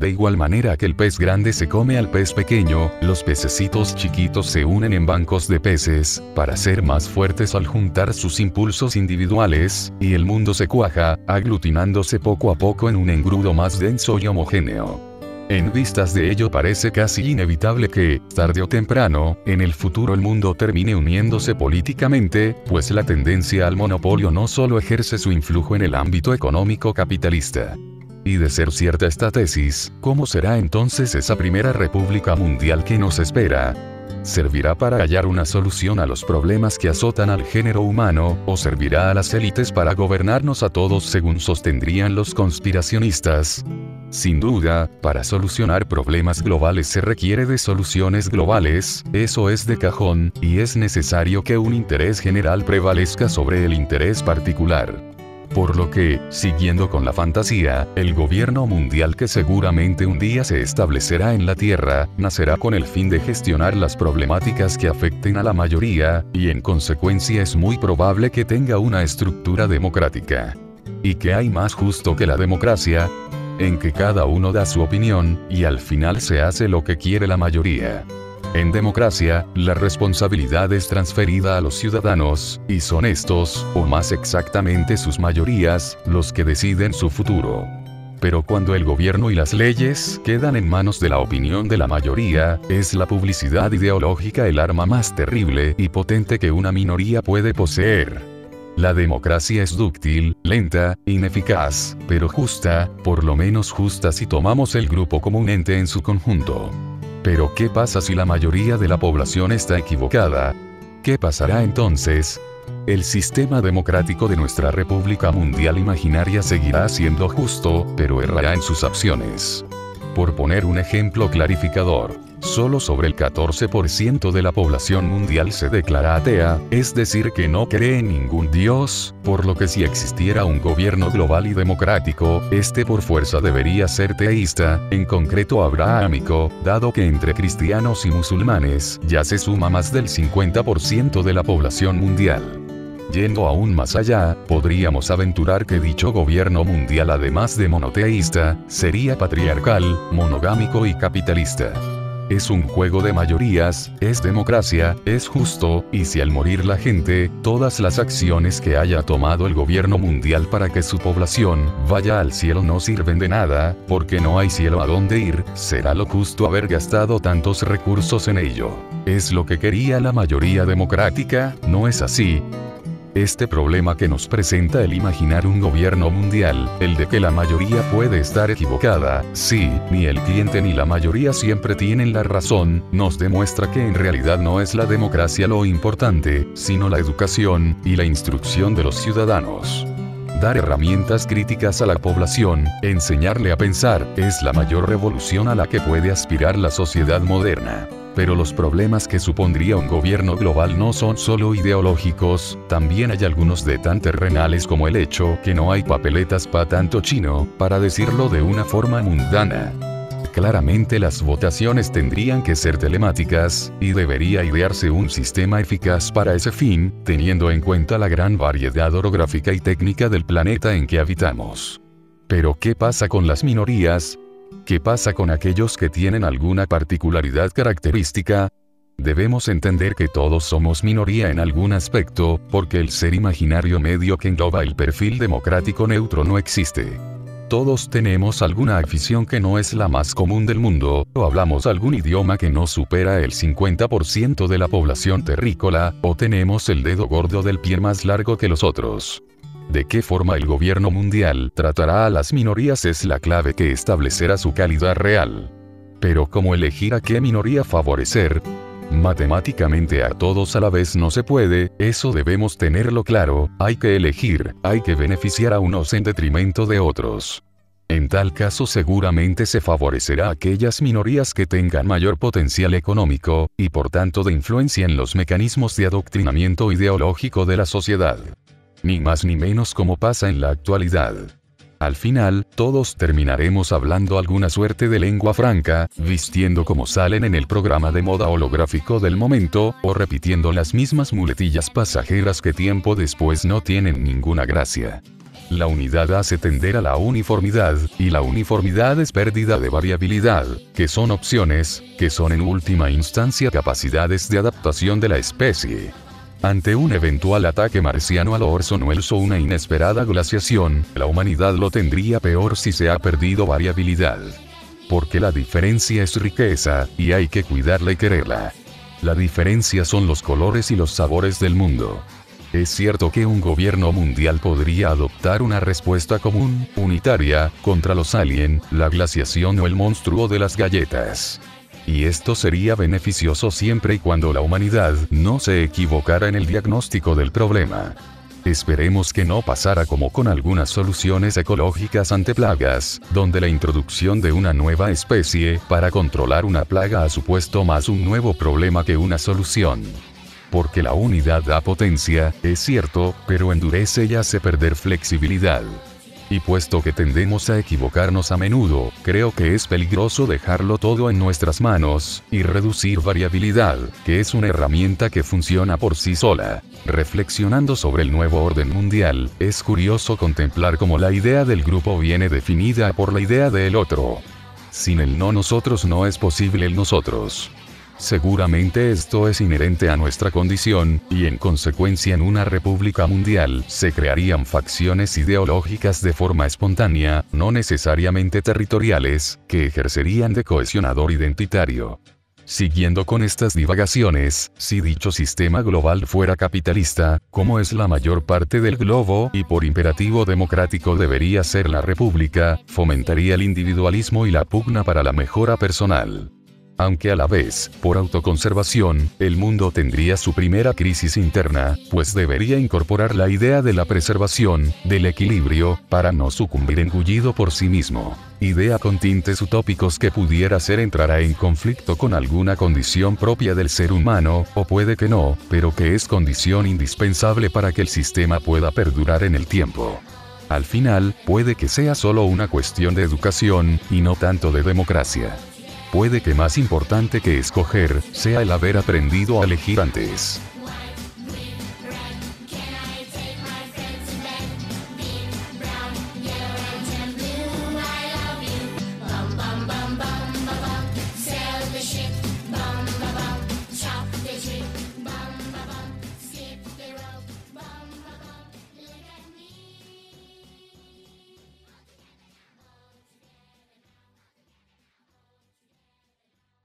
De igual manera que el pez grande se come al pez pequeño, los pececitos chiquitos se unen en bancos de peces, para ser más fuertes al juntar sus impulsos individuales, y el mundo se cuaja, aglutinándose poco a poco en un engrudo más denso y homogéneo. En vistas de ello parece casi inevitable que, tarde o temprano, en el futuro el mundo termine uniéndose políticamente, pues la tendencia al monopolio no solo ejerce su influjo en el ámbito económico capitalista. Y de ser cierta esta tesis, ¿cómo será entonces esa primera república mundial que nos espera? ¿Servirá para hallar una solución a los problemas que azotan al género humano, o servirá a las élites para gobernarnos a todos según sostendrían los conspiracionistas? Sin duda, para solucionar problemas globales se requiere de soluciones globales, eso es de cajón, y es necesario que un interés general prevalezca sobre el interés particular. Por lo que, siguiendo con la fantasía, el gobierno mundial que seguramente un día se establecerá en la Tierra, nacerá con el fin de gestionar las problemáticas que afecten a la mayoría, y en consecuencia es muy probable que tenga una estructura democrática. ¿Y qué hay más justo que la democracia? En que cada uno da su opinión, y al final se hace lo que quiere la mayoría. En democracia, la responsabilidad es transferida a los ciudadanos, y son estos, o más exactamente sus mayorías, los que deciden su futuro. Pero cuando el gobierno y las leyes quedan en manos de la opinión de la mayoría, es la publicidad ideológica el arma más terrible y potente que una minoría puede poseer. La democracia es dúctil, lenta, ineficaz, pero justa, por lo menos justa si tomamos el grupo como un ente en su conjunto. Pero ¿qué pasa si la mayoría de la población está equivocada? ¿Qué pasará entonces? El sistema democrático de nuestra República Mundial imaginaria seguirá siendo justo, pero errará en sus acciones. Por poner un ejemplo clarificador, solo sobre el 14% de la población mundial se declara atea, es decir que no cree en ningún dios, por lo que si existiera un gobierno global y democrático, este por fuerza debería ser teísta, en concreto abrahámico, dado que entre cristianos y musulmanes, ya se suma más del 50% de la población mundial. Yendo aún más allá, podríamos aventurar que dicho gobierno mundial, además de monoteísta, sería patriarcal, monogámico y capitalista. Es un juego de mayorías, es democracia, es justo, y si al morir la gente, todas las acciones que haya tomado el gobierno mundial para que su población vaya al cielo no sirven de nada, porque no hay cielo a donde ir, será lo justo haber gastado tantos recursos en ello. ¿Es lo que quería la mayoría democrática? ¿No es así? Este problema que nos presenta el imaginar un gobierno mundial, el de que la mayoría puede estar equivocada, sí, ni el cliente ni la mayoría siempre tienen la razón, nos demuestra que en realidad no es la democracia lo importante, sino la educación y la instrucción de los ciudadanos. Dar herramientas críticas a la población, enseñarle a pensar, es la mayor revolución a la que puede aspirar la sociedad moderna. Pero los problemas que supondría un gobierno global no son solo ideológicos, también hay algunos de tan terrenales como el hecho que no hay papeletas para tanto chino, para decirlo de una forma mundana. Claramente las votaciones tendrían que ser telemáticas, y debería idearse un sistema eficaz para ese fin, teniendo en cuenta la gran variedad orográfica y técnica del planeta en que habitamos. Pero ¿qué pasa con las minorías? ¿Qué pasa con aquellos que tienen alguna particularidad característica? Debemos entender que todos somos minoría en algún aspecto, porque el ser imaginario medio que engloba el perfil democrático neutro no existe. Todos tenemos alguna afición que no es la más común del mundo, o hablamos algún idioma que no supera el 50% de la población terrícola, o tenemos el dedo gordo del pie más largo que los otros. De qué forma el gobierno mundial tratará a las minorías es la clave que establecerá su calidad real. Pero ¿cómo elegir a qué minoría favorecer? Matemáticamente a todos a la vez no se puede, eso debemos tenerlo claro, hay que elegir, hay que beneficiar a unos en detrimento de otros. En tal caso seguramente se favorecerá a aquellas minorías que tengan mayor potencial económico, y por tanto de influencia en los mecanismos de adoctrinamiento ideológico de la sociedad. Ni más ni menos como pasa en la actualidad. Al final, todos terminaremos hablando alguna suerte de lengua franca, vistiendo como salen en el programa de moda holográfico del momento, o repitiendo las mismas muletillas pasajeras que tiempo después no tienen ninguna gracia. La unidad hace tender a la uniformidad, y la uniformidad es pérdida de variabilidad, que son opciones, que son en última instancia capacidades de adaptación de la especie. Ante un eventual ataque marciano al Orson Welles o una inesperada glaciación, la humanidad lo tendría peor si se ha perdido variabilidad. Porque la diferencia es riqueza, y hay que cuidarla y quererla. La diferencia son los colores y los sabores del mundo. Es cierto que un gobierno mundial podría adoptar una respuesta común, unitaria, contra los alien, la glaciación o el monstruo de las galletas. Y esto sería beneficioso siempre y cuando la humanidad no se equivocara en el diagnóstico del problema. Esperemos que no pasara como con algunas soluciones ecológicas ante plagas, donde la introducción de una nueva especie para controlar una plaga ha supuesto más un nuevo problema que una solución. Porque la unidad da potencia, es cierto, pero endurece y hace perder flexibilidad. Y puesto que tendemos a equivocarnos a menudo, creo que es peligroso dejarlo todo en nuestras manos, y reducir variabilidad, que es una herramienta que funciona por sí sola. Reflexionando sobre el nuevo orden mundial, es curioso contemplar cómo la idea del grupo viene definida por la idea del otro. Sin el no nosotros no es posible el nosotros. Seguramente esto es inherente a nuestra condición, y en consecuencia en una república mundial se crearían facciones ideológicas de forma espontánea, no necesariamente territoriales, que ejercerían de cohesionador identitario. Siguiendo con estas divagaciones, si dicho sistema global fuera capitalista, como es la mayor parte del globo y por imperativo democrático debería ser la república, fomentaría el individualismo y la pugna para la mejora personal. Aunque a la vez, por autoconservación, el mundo tendría su primera crisis interna, pues debería incorporar la idea de la preservación, del equilibrio, para no sucumbir engullido por sí mismo. Idea con tintes utópicos que pudiera ser entrará en conflicto con alguna condición propia del ser humano, o puede que no, pero que es condición indispensable para que el sistema pueda perdurar en el tiempo. Al final, puede que sea solo una cuestión de educación, y no tanto de democracia. Puede que más importante que escoger, sea el haber aprendido a elegir antes.